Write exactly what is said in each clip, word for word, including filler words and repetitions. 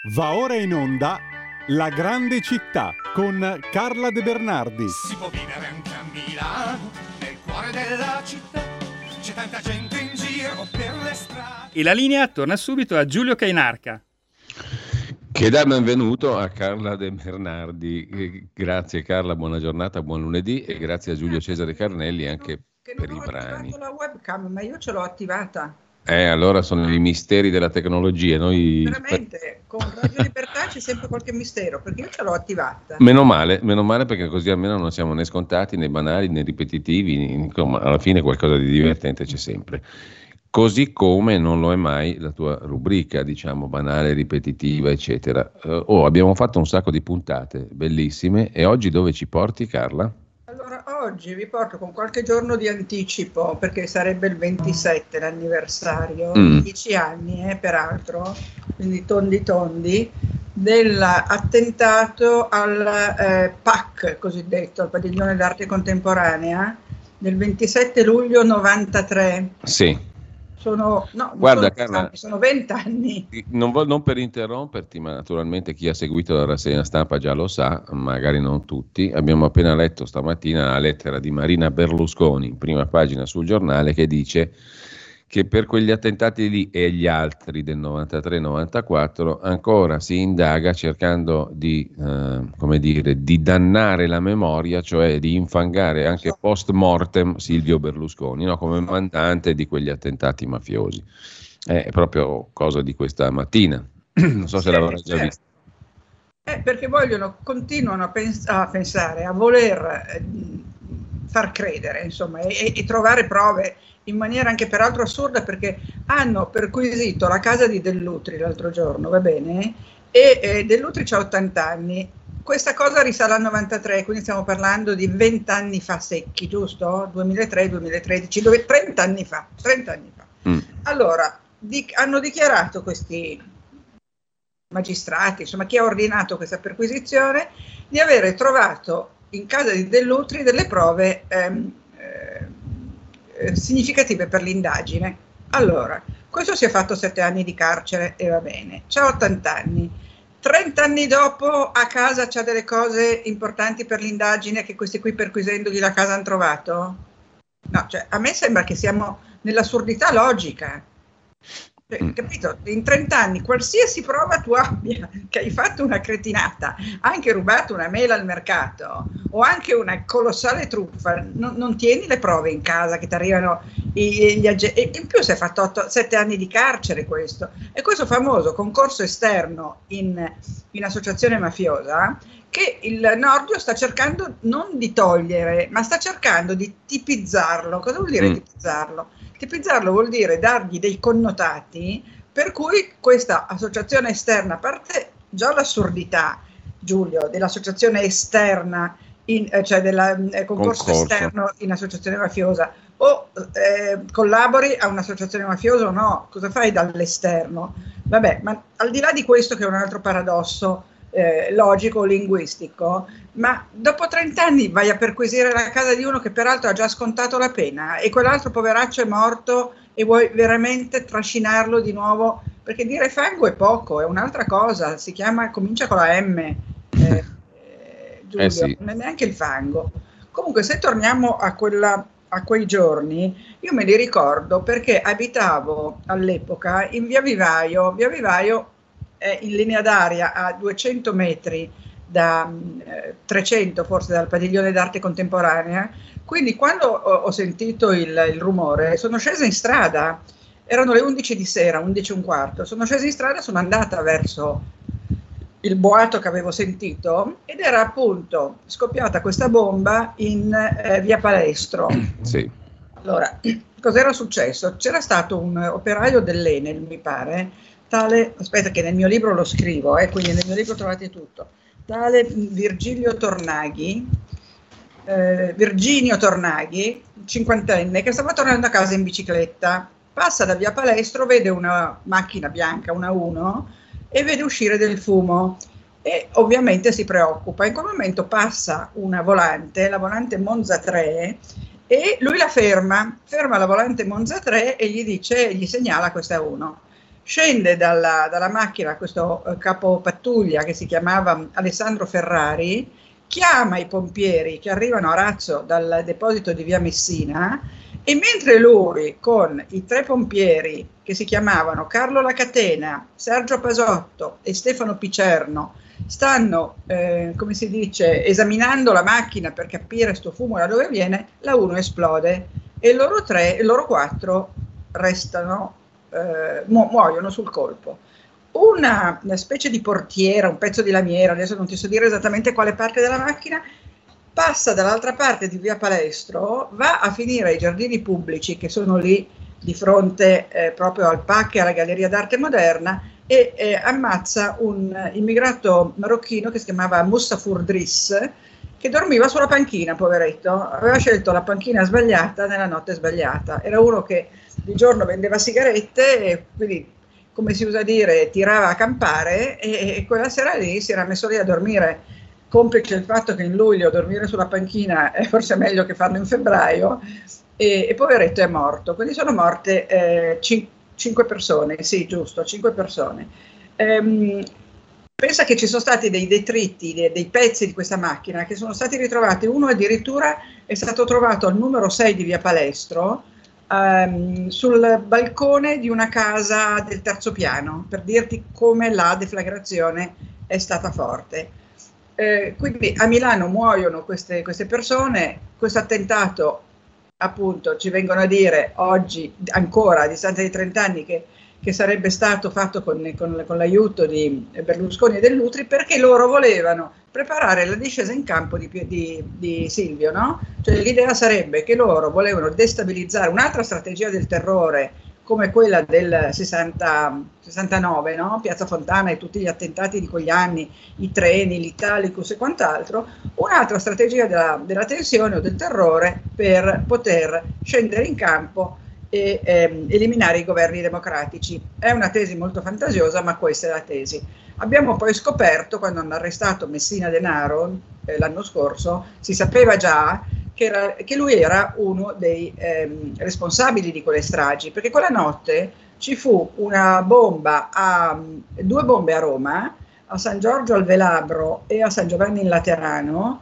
Va ora in onda La grande città con Carla De Bernardi. Si può vivere anche a Milano, nel cuore della città, c'è tanta gente in giro per le strade. E la linea torna subito a Giulio Cainarca. Che dà benvenuto a Carla De Bernardi. Grazie Carla, buona giornata, buon lunedì e grazie a Giulio Cesare Carnelli anche che per non i ho brani. attivato la webcam, ma io ce l'ho attivata. Eh, allora sono i misteri della tecnologia. Noi... Veramente, con Radio Libertà c'è sempre qualche mistero, perché io ce l'ho attivata. Meno male, meno male perché così almeno non siamo né scontati, né banali, né ripetitivi, insomma, alla fine qualcosa di divertente c'è sempre. Così come non lo è mai la tua rubrica, diciamo, banale, ripetitiva, eccetera. Uh, oh, abbiamo fatto un sacco di puntate bellissime e oggi dove ci porti, Carla? Allora, oggi vi porto con qualche giorno di anticipo, perché sarebbe il ventisette l'anniversario, Mm. dieci anni, eh, peraltro, quindi tondi tondi, dell'attentato al eh, P A C, cosiddetto, al Padiglione d'Arte Contemporanea, del ventisette luglio novantatré. Sì. Sono, no, non Guarda, sono Carla, anni, sono vent'anni. Non, vo- non per interromperti, ma naturalmente chi ha seguito la rassegna stampa già lo sa, magari non tutti. Abbiamo appena letto stamattina la lettera di Marina Berlusconi, in prima pagina sul giornale, che dice che per quegli attentati lì e gli altri del novantatré novantaquattro ancora si indaga cercando di, eh, come dire, di dannare la memoria, cioè di infangare anche post mortem Silvio Berlusconi, no? Come mandante di quegli attentati mafiosi. È proprio cosa di questa mattina, non so se Sì, l'avrai già certo. vista. Eh, perché vogliono, continuano a, pens- a pensare, a voler eh, far credere, insomma, e, e trovare prove in maniera anche peraltro assurda, perché hanno perquisito la casa di Dell'Utri l'altro giorno, va bene? E eh, Dell'Utri c'ha ottanta anni. Questa cosa risale al novantatré, quindi stiamo parlando di venti anni fa secchi, giusto? duemilatré duemilatredici, dove, trenta anni fa, trenta anni fa. Mm. Allora, di- hanno dichiarato questi magistrati, insomma chi ha ordinato questa perquisizione, di avere trovato in casa di Dell'Utri delle prove ehm, eh, significative per l'indagine. Allora, questo si è fatto sette anni di carcere e va bene, c'ha ottanta anni, trenta anni dopo a casa c'ha delle cose importanti per l'indagine che questi qui perquisendogli la casa hanno trovato? No, cioè a me sembra che siamo nell'assurdità logica. Cioè, capito? In trenta anni qualsiasi prova tu abbia che hai fatto una cretinata, anche rubato una mela al mercato o anche una colossale truffa, non, non tieni le prove in casa che ti arrivano i, gli agenti, e in più si è fatto otto, sette anni di carcere questo, e questo famoso concorso esterno in, in associazione mafiosa che il Nordio sta cercando non di togliere, ma sta cercando di tipizzarlo. Cosa vuol dire Mm. tipizzarlo? Tipizzarlo vuol dire dargli dei connotati per cui questa associazione esterna, a parte già l'assurdità, Giulio, dell'associazione esterna, in, eh, cioè del eh, concorso, Concorso. esterno in associazione mafiosa, o eh, collabori a un'associazione mafiosa o no, cosa fai dall'esterno? Vabbè, ma al di là di questo, che è un altro paradosso eh, logico, linguistico, ma dopo trenta anni vai a perquisire la casa di uno che peraltro ha già scontato la pena e quell'altro poveraccio è morto e vuoi veramente trascinarlo di nuovo? Perché dire fango è poco, è un'altra cosa, si chiama, comincia con la M, eh, eh, Giulio, Eh sì. non è neanche il fango. Comunque, se torniamo a, quella, a quei giorni, io me li ricordo perché abitavo all'epoca in via Vivaio. Via Vivaio è in linea d'aria a duecento metri da eh, trecento forse dal Padiglione d'Arte Contemporanea, quindi quando ho, ho sentito il, il rumore sono scesa in strada, erano le undici di sera, undici e un quarto, sono scesa in strada, sono andata verso il boato che avevo sentito ed era appunto scoppiata questa bomba in eh, via Palestro. Sì. Allora, cos'era successo? C'era stato un operaio dell'Enel, mi pare, tale, aspetta che nel mio libro lo scrivo, eh, quindi nel mio libro trovate tutto, tale Virgilio Tornaghi, eh, Virginio Tornaghi, cinquantenne, che stava tornando a casa in bicicletta, passa da via Palestro, vede una macchina bianca, una uno, e vede uscire del fumo e ovviamente si preoccupa. In quel momento passa una volante, la volante Monza tre, e lui la ferma, ferma la volante Monza tre e gli dice, gli segnala questa uno. scende dalla, dalla macchina questo eh, capo pattuglia che si chiamava Alessandro Ferrari, chiama i pompieri che arrivano a razzo dal deposito di via Messina, e mentre lui con i tre pompieri che si chiamavano Carlo Lacatena, Sergio Pasotto e Stefano Picerno stanno, eh, come si dice, esaminando la macchina per capire sto fumo da dove viene, la uno esplode e loro tre, e loro quattro restano, eh, mu- muoiono sul colpo. Una, una specie di portiera, un pezzo di lamiera, adesso non ti so dire esattamente quale parte della macchina, passa dall'altra parte di via Palestro, va a finire ai giardini pubblici che sono lì di fronte eh, proprio al P A C e alla Galleria d'Arte Moderna, e eh, ammazza un immigrato marocchino che si chiamava Moussafur Driss, che dormiva sulla panchina, poveretto, aveva scelto la panchina sbagliata nella notte sbagliata. Era uno che di giorno vendeva sigarette e quindi, come si usa dire, tirava a campare, e, e quella sera lì si era messo lì a dormire, complice il fatto che in luglio dormire sulla panchina è forse meglio che farlo in febbraio, e, e poveretto è morto. Quindi sono morte eh, cin- cinque persone, sì, giusto, cinque persone. Ehm, pensa che ci sono stati dei detriti, dei, dei pezzi di questa macchina che sono stati ritrovati, uno addirittura è stato trovato al numero sei di via Palestro, Um, sul balcone di una casa del terzo piano, per dirti come la deflagrazione è stata forte. Eh, quindi a Milano muoiono queste, queste persone. Questo attentato, appunto, ci vengono a dire oggi, ancora a distanza di trenta anni, che, che sarebbe stato fatto con, con, con l'aiuto di Berlusconi e Dell'Utri, perché loro volevano preparare la discesa in campo di, di, di Silvio, no? Cioè l'idea sarebbe che loro volevano destabilizzare un'altra strategia del terrore come quella del sessanta, sessantanove, no? Piazza Fontana e tutti gli attentati di quegli anni, i treni, l'Italicus e quant'altro, un'altra strategia della, della tensione o del terrore per poter scendere in campo e ehm, eliminare i governi democratici. È una tesi molto fantasiosa, ma questa è la tesi. Abbiamo poi scoperto, quando hanno arrestato Messina Denaro eh, l'anno scorso, si sapeva già che, era, che lui era uno dei ehm, responsabili di quelle stragi, perché quella notte ci fu una bomba, a, due bombe a Roma, a San Giorgio al Velabro e a San Giovanni in Laterano,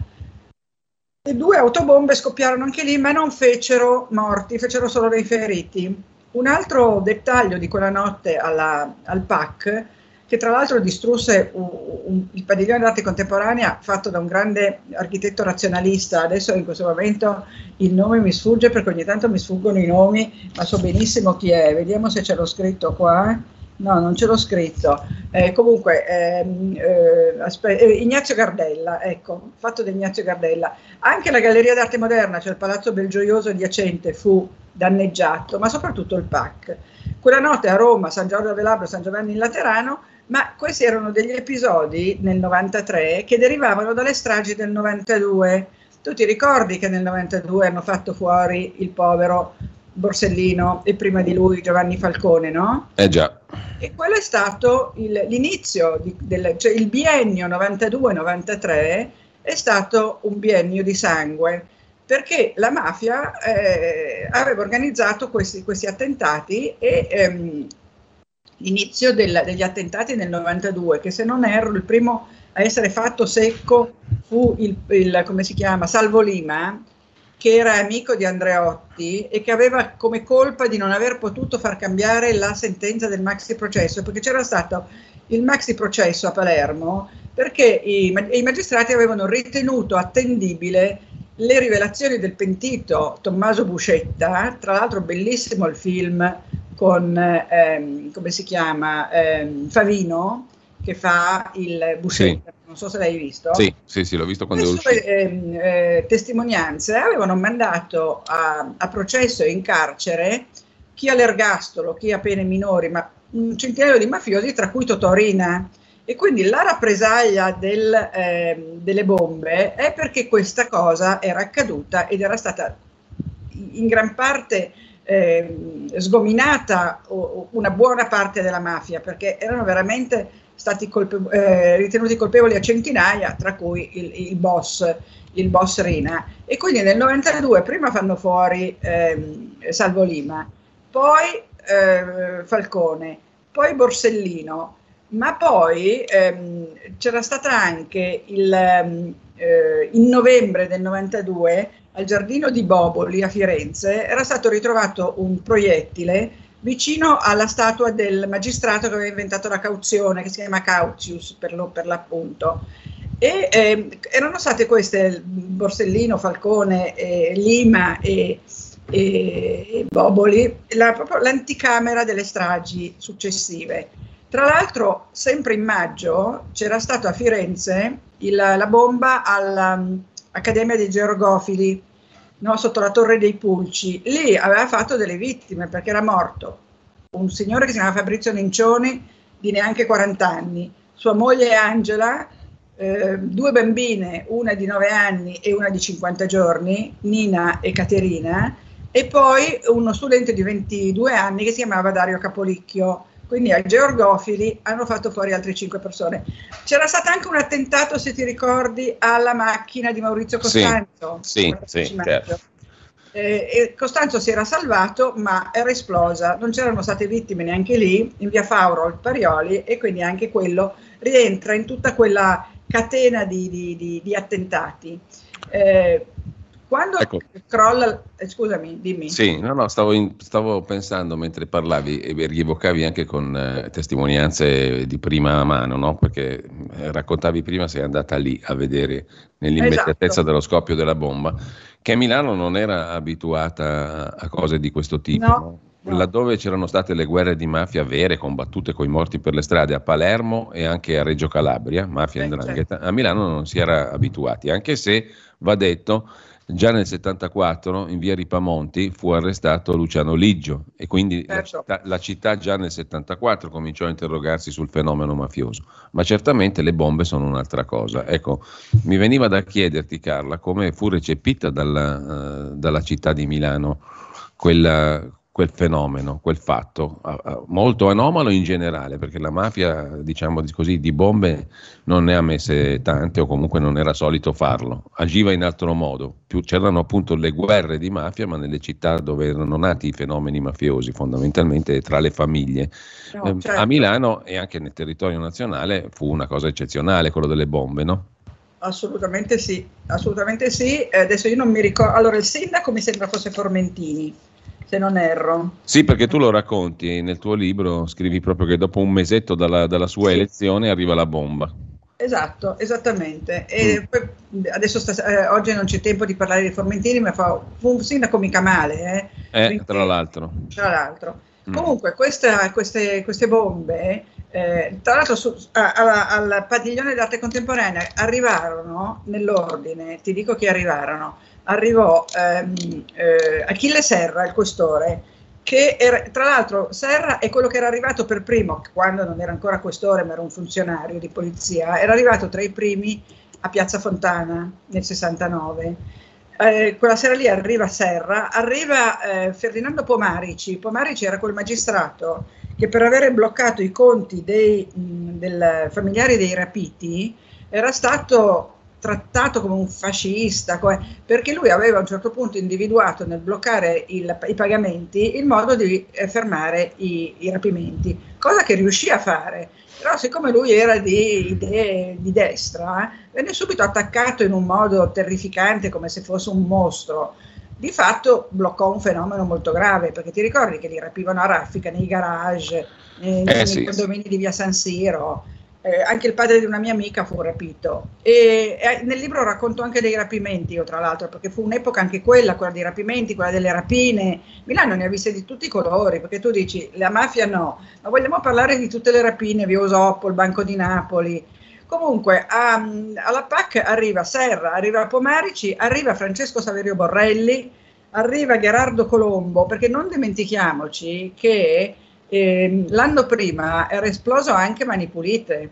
e due autobombe scoppiarono anche lì, ma non fecero morti, fecero solo dei feriti. Un altro dettaglio di quella notte alla, al P A C, che tra l'altro distrusse un, un, il padiglione d'arte contemporanea fatto da un grande architetto razionalista. Adesso in questo momento il nome mi sfugge, perché ogni tanto mi sfuggono i nomi, ma so benissimo chi è. Vediamo se ce l'ho scritto qua. No, non ce l'ho scritto. Eh, comunque, ehm, eh, aspe- eh, Ignazio Gardella, ecco, fatto da Ignazio Gardella. Anche la Galleria d'Arte Moderna, cioè il Palazzo Belgioioso adiacente, fu danneggiato, ma soprattutto il P A C. Quella notte a Roma, San Giorgio al Velabro, San Giovanni in Laterano, ma questi erano degli episodi nel novantatré che derivavano dalle stragi del novantadue. Tu ti ricordi che nel novantadue hanno fatto fuori il povero Borsellino e prima di lui Giovanni Falcone, no? Eh già. E quello è stato il, l'inizio, di, del, cioè il biennio novantadue novantatré è stato un biennio di sangue, perché la mafia eh, aveva organizzato questi, questi attentati e ehm, l'inizio del, degli attentati nel novantadue, che se non erro il primo a essere fatto secco fu il, il come si chiama, Salvo Lima, che era amico di Andreotti e che aveva come colpa di non aver potuto far cambiare la sentenza del maxi processo, perché c'era stato il maxi processo a Palermo perché i, i magistrati avevano ritenuto attendibile le rivelazioni del pentito Tommaso Buscetta. Tra l'altro bellissimo il film con, ehm, come si chiama, ehm, Favino, che fa il Buscetta, sì. Non so se l'hai visto. Sì, sì, sì, l'ho visto quando è uscito. Eh, eh, testimonianze avevano mandato a, a processo e in carcere chi all'ergastolo, chi a pene minori, ma un centinaio di mafiosi, tra cui Totò Riina. E quindi la rappresaglia del, eh, delle bombe è perché questa cosa era accaduta ed era stata in gran parte eh, sgominata o, una buona parte della mafia, perché erano veramente stati colpe- eh, ritenuti colpevoli a centinaia, tra cui il, il boss, il boss Riina. E quindi nel novantadue prima fanno fuori ehm, Salvo Lima, poi eh, Falcone, poi Borsellino, ma poi ehm, c'era stata anche il, ehm, eh, in novembre del novantadue al Giardino di Boboli a Firenze era stato ritrovato un proiettile vicino alla statua del magistrato che aveva inventato la cauzione, che si chiama Cautius per, lo, per l'appunto. E eh, erano state queste, Borsellino, Falcone, eh, Lima e, e, e Boboli, la, proprio l'anticamera delle stragi successive. Tra l'altro, sempre in maggio c'era stato a Firenze il, la bomba all'Accademia dei Georgofili, no, sotto la Torre dei Pulci. Lì aveva fatto delle vittime perché era morto un signore che si chiamava Fabrizio Nencioni di neanche quaranta anni, sua moglie Angela, eh, due bambine, una di nove anni e una di cinquanta giorni, Nina e Caterina, e poi uno studente di ventidue anni che si chiamava Dario Capolicchio. Quindi ai Georgofili hanno fatto fuori altre cinque persone. C'era stato anche un attentato, se ti ricordi, alla macchina di Maurizio Costanzo. Sì, sì, sì, certo. eh, e Costanzo si era salvato, ma era esplosa. Non c'erano state vittime neanche lì, in via Fauro al Parioli, e quindi anche quello rientra in tutta quella catena di, di, di, di attentati. Eh, Quando ecco. crolla, eh, scusami, dimmi. Sì, no, no, stavo, in, stavo pensando mentre parlavi e rievocavi anche con eh, testimonianze di prima mano, no? Perché eh, raccontavi prima, sei andata lì a vedere nell'immediatezza esatto. dello scoppio della bomba, che a Milano non era abituata a cose di questo tipo, no, no? No. Laddove c'erano state le guerre di mafia vere, combattute coi morti per le strade, a Palermo e anche a Reggio Calabria, mafia e 'ndrangheta, certo. A Milano non si era abituati, anche se va detto. Già nel settantaquattro in via Ripamonti fu arrestato Luciano Liggio e quindi certo. la, città, la città già nel settantaquattro cominciò a interrogarsi sul fenomeno mafioso, ma certamente le bombe sono un'altra cosa. Ecco, mi veniva da chiederti, Carla, come fu recepita dalla, uh, dalla città di Milano quella, quel fenomeno, quel fatto, uh, molto anomalo in generale, perché la mafia, diciamo così, di bombe non ne ha messe tante o comunque non era solito farlo, agiva in altro modo. Più, c'erano appunto le guerre di mafia, ma nelle città dove erano nati i fenomeni mafiosi, fondamentalmente tra le famiglie. No, eh, certo. A Milano e anche nel territorio nazionale fu una cosa eccezionale quello delle bombe, no? Assolutamente sì, assolutamente sì. Eh, adesso io non mi ricordo, allora il sindaco mi sembra fosse Formentini, se non erro. Sì, perché tu lo racconti nel tuo libro, scrivi proprio che dopo un mesetto dalla, dalla sua sì. elezione arriva la bomba. Esatto, esattamente. E mm. poi, adesso sta, eh, oggi non c'è tempo di parlare di Formentini, ma fa, fu un sindaco mica male. Eh, eh Quindi, tra l'altro. Tra l'altro. Mm. Comunque questa, queste, queste bombe, eh, tra l'altro su, a, a, al padiglione d'arte contemporanea arrivarono nell'ordine, ti dico che arrivarono, arrivò ehm, eh, Achille Serra, il questore, che era, tra l'altro Serra è quello che era arrivato per primo, quando non era ancora questore ma era un funzionario di polizia, era arrivato tra i primi a Piazza Fontana nel sessantanove. Eh, quella sera lì arriva Serra, arriva eh, Ferdinando Pomarici. Pomarici era quel magistrato che per avere bloccato i conti dei mh, del familiari dei rapiti era stato trattato come un fascista, come, perché lui aveva a un certo punto individuato nel bloccare il, i pagamenti il modo di eh, fermare i, i rapimenti, cosa che riuscì a fare. Però siccome lui era di idee di destra, eh, venne subito attaccato in un modo terrificante, come se fosse un mostro. Di fatto bloccò un fenomeno molto grave, perché ti ricordi che li rapivano a raffica nei garage, nei, eh, nei sì, condomini di via San Siro. Eh, anche il padre di una mia amica fu rapito. E, e nel libro racconto anche dei rapimenti, io tra l'altro, perché fu un'epoca anche quella, quella dei rapimenti, quella delle rapine. Milano ne ha viste di tutti i colori, perché tu dici la mafia no, ma vogliamo parlare di tutte le rapine, via Osoppo, il Banco di Napoli. Comunque a, alla P A C arriva Serra, arriva Pomarici, arriva Francesco Saverio Borrelli, arriva Gerardo Colombo, perché non dimentichiamoci che Eh, l'anno prima era esploso anche Mani Pulite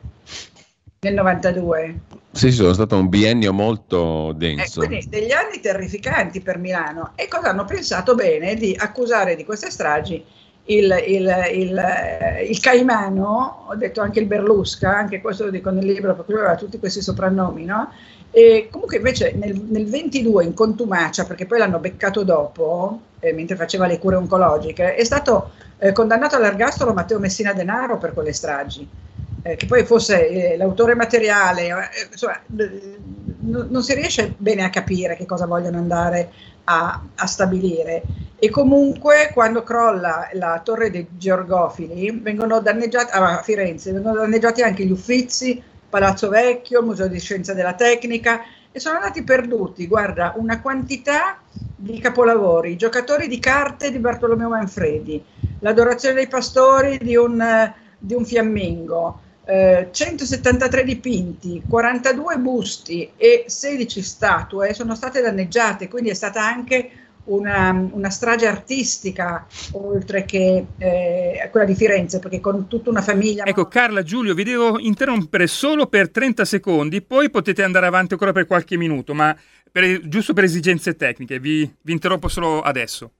nel novantadue. Sì, sono stato un biennio molto denso. Eh, quindi degli anni terrificanti per Milano. E cosa hanno pensato bene? Di accusare di queste stragi il, il, il, il Caimano, ho detto anche il Berlusca, anche questo lo dico nel libro perché lui aveva tutti questi soprannomi, no? E comunque invece nel, nel ventidue in contumacia, perché poi l'hanno beccato dopo, eh, mentre faceva le cure oncologiche, è stato eh, condannato all'ergastolo Matteo Messina Denaro per quelle stragi. Eh, che poi fosse eh, l'autore materiale, eh, insomma, eh, n- non si riesce bene a capire che cosa vogliono andare a, a stabilire. E comunque quando crolla la torre dei Georgofili vengono danneggiati a Firenze, vengono danneggiati anche gli Uffizi, Palazzo Vecchio, il Museo di Scienza della Tecnica, e sono andati perduti, guarda, una quantità di capolavori, i giocatori di carte di Bartolomeo Manfredi, l'Adorazione dei Pastori di un, di un fiammingo, eh, centosettantatré dipinti, quarantadue busti e sedici statue sono state danneggiate, quindi è stata anche una, una strage artistica oltre che eh, quella di Firenze, perché con tutta una famiglia. Ecco, Carla, Giulio, vi devo interrompere solo per trenta secondi, poi potete andare avanti ancora per qualche minuto, ma per, giusto per esigenze tecniche, vi, vi interrompo solo adesso.